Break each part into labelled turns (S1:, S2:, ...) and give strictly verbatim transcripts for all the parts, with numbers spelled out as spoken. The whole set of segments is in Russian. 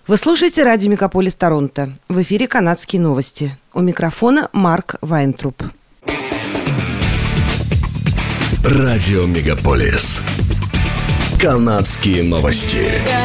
S1: Вы слушаете радио Мегаполис Торонто. В эфире канадские новости. У микрофона Марк Вайнтруп.
S2: Радио Мегаполис. Канадские новости.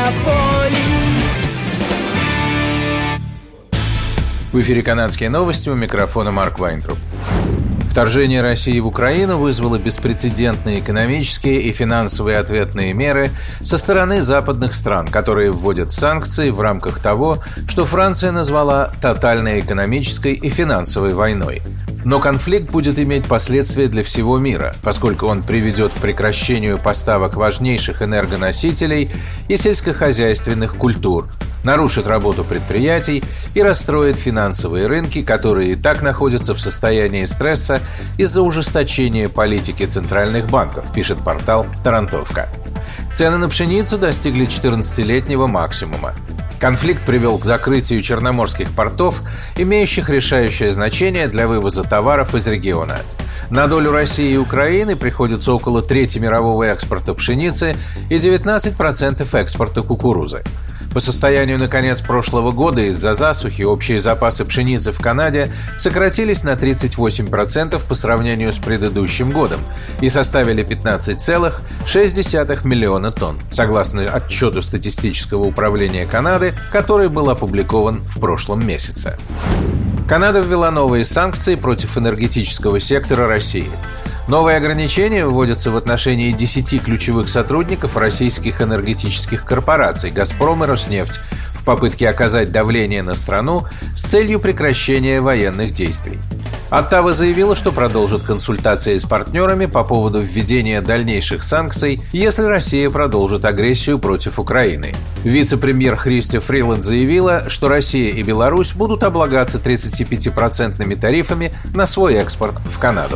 S3: В эфире канадские новости. У микрофона Марк Вайнтруп. Вторжение России в Украину вызвало беспрецедентные экономические и финансовые ответные меры со стороны западных стран, которые вводят санкции в рамках того, что Франция назвала тотальной экономической и финансовой войной. Но конфликт будет иметь последствия для всего мира, поскольку он приведет к прекращению поставок важнейших энергоносителей и сельскохозяйственных культур, нарушит работу предприятий и расстроит финансовые рынки, которые и так находятся в состоянии стресса из-за ужесточения политики центральных банков, пишет портал «Тарантовка». Цены на пшеницу достигли четырнадцатилетнего максимума. Конфликт привел к закрытию черноморских портов, имеющих решающее значение для вывоза товаров из региона. На долю России и Украины приходится около трети мирового экспорта пшеницы и девятнадцать процентов экспорта кукурузы. По состоянию на конец прошлого года из-за засухи общие запасы пшеницы в Канаде сократились на тридцать восемь процентов по сравнению с предыдущим годом и составили пятнадцать целых шесть десятых миллиона тонн, согласно отчету Статистического управления Канады, который был опубликован в прошлом месяце. Канада ввела новые санкции против энергетического сектора России. Новые ограничения вводятся в отношении десяти ключевых сотрудников российских энергетических корпораций «Газпром» и «Роснефть» в попытке оказать давление на страну с целью прекращения военных действий. Оттава заявила, что продолжит консультации с партнерами по поводу введения дальнейших санкций, если Россия продолжит агрессию против Украины. Вице-премьер Христя Фриланд заявила, что Россия и Беларусь будут облагаться тридцатипятипроцентными тарифами на свой экспорт в Канаду.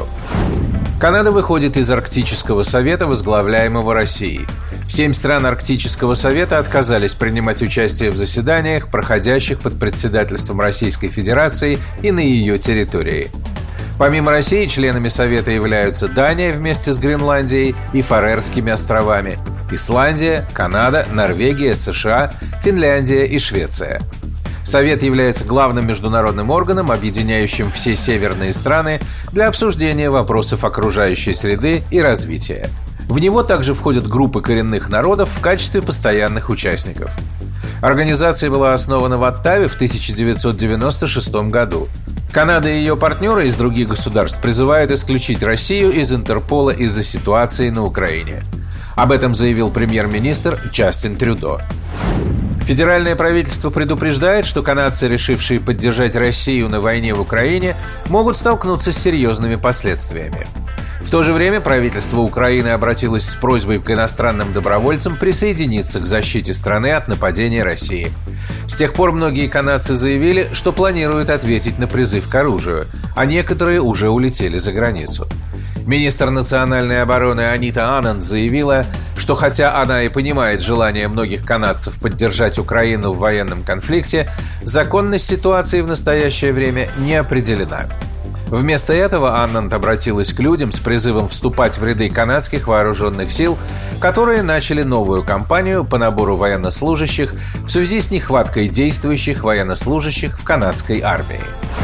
S3: Канада выходит из Арктического совета, возглавляемого Россией. Семь стран Арктического совета отказались принимать участие в заседаниях, проходящих под председательством Российской Федерации и на ее территории. Помимо России, членами Совета являются Дания вместе с Гренландией и Фарерскими островами, Исландия, Канада, Норвегия, США, Финляндия и Швеция. Совет является главным международным органом, объединяющим все северные страны для обсуждения вопросов окружающей среды и развития. В него также входят группы коренных народов в качестве постоянных участников. Организация была основана в Оттаве в тысяча девятьсот девяносто шестом году. Канада и ее партнеры из других государств призывают исключить Россию из Интерпола из-за ситуации на Украине. Об этом заявил премьер-министр Джастин Трюдо. Федеральное правительство предупреждает, что канадцы, решившие поддержать Россию на войне в Украине, могут столкнуться с серьезными последствиями. В то же время правительство Украины обратилось с просьбой к иностранным добровольцам присоединиться к защите страны от нападения России. С тех пор многие канадцы заявили, что планируют ответить на призыв к оружию, а некоторые уже улетели за границу. Министр национальной обороны Анита Ананд заявила, что хотя она и понимает желание многих канадцев поддержать Украину в военном конфликте, законность ситуации в настоящее время не определена. Вместо этого Аннанд обратилась к людям с призывом вступать в ряды канадских вооруженных сил, которые начали новую кампанию по набору военнослужащих в связи с нехваткой действующих военнослужащих в канадской армии.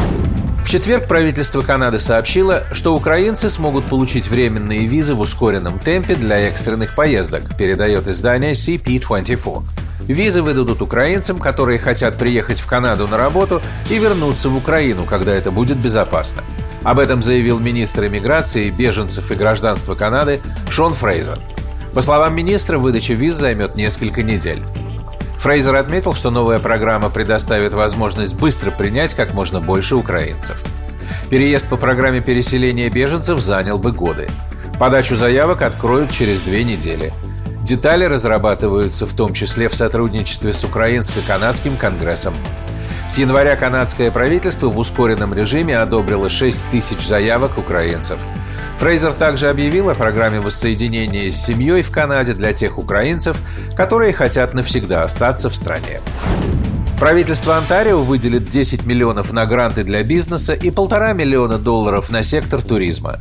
S3: В четверг правительство Канады сообщило, что украинцы смогут получить временные визы в ускоренном темпе для экстренных поездок, передает издание си пи двадцать четыре. Визы выдадут украинцам, которые хотят приехать в Канаду на работу и вернуться в Украину, когда это будет безопасно. Об этом заявил министр иммиграции, беженцев и гражданства Канады Шон Фрейзер. По словам министра, выдача виз займет несколько недель. Фрейзер отметил, что новая программа предоставит возможность быстро принять как можно больше украинцев. Переезд по программе переселения беженцев занял бы годы. Подачу заявок откроют через две недели. Детали разрабатываются в том числе в сотрудничестве с Украинско-канадским конгрессом. С января канадское правительство в ускоренном режиме одобрило шесть тысяч заявок украинцев. Фрейзер также объявил о программе воссоединения с семьей в Канаде для тех украинцев, которые хотят навсегда остаться в стране. Правительство Онтарио выделит десять миллионов на гранты для бизнеса и полтора миллиона долларов на сектор туризма.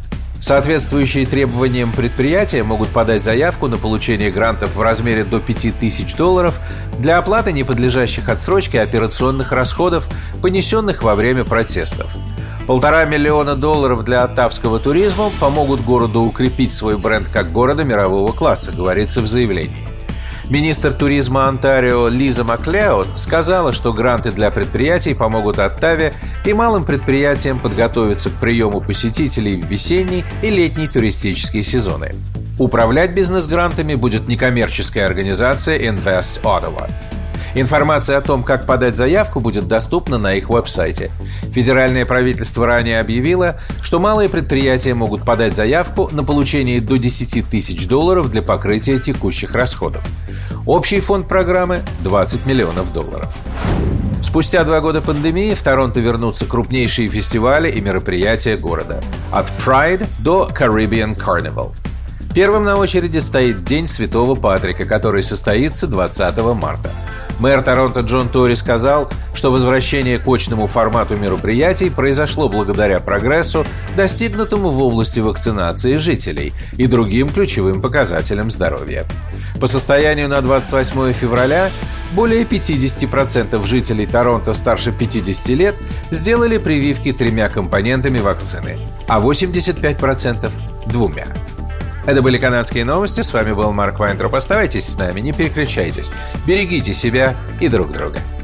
S3: Соответствующие требованиям предприятия могут подать заявку на получение грантов в размере до пяти тысяч долларов для оплаты неподлежащих отсрочке операционных расходов, понесенных во время протестов. Полтора миллиона долларов для оттавского туризма помогут городу укрепить свой бренд как города мирового класса, говорится в заявлении. Министр туризма Онтарио Лиза Маклеод сказала, что гранты для предприятий помогут Оттаве и малым предприятиям подготовиться к приему посетителей в весенний и летний туристические сезоны. Управлять бизнес-грантами будет некоммерческая организация Invest Ottawa. Информация о том, как подать заявку, будет доступна на их веб-сайте. Федеральное правительство ранее объявило, что малые предприятия могут подать заявку на получение до десяти тысяч долларов для покрытия текущих расходов. Общий фонд программы – двадцать миллионов долларов. Спустя два года пандемии в Торонто вернутся крупнейшие фестивали и мероприятия города. От Pride до Caribbean Carnival. Первым на очереди стоит День Святого Патрика, который состоится двадцатого марта. Мэр Торонто Джон Тори сказал, что возвращение к очному формату мероприятий произошло благодаря прогрессу, достигнутому в области вакцинации жителей и другим ключевым показателям здоровья. По состоянию на двадцать восьмое февраля более пятьдесят процентов жителей Торонто старше пятидесяти лет сделали прививки тремя компонентами вакцины, а восемьдесят пять процентов – двумя. Это были канадские новости. С вами был Марк Вайнтроп. Оставайтесь с нами, не переключайтесь. Берегите себя и друг друга.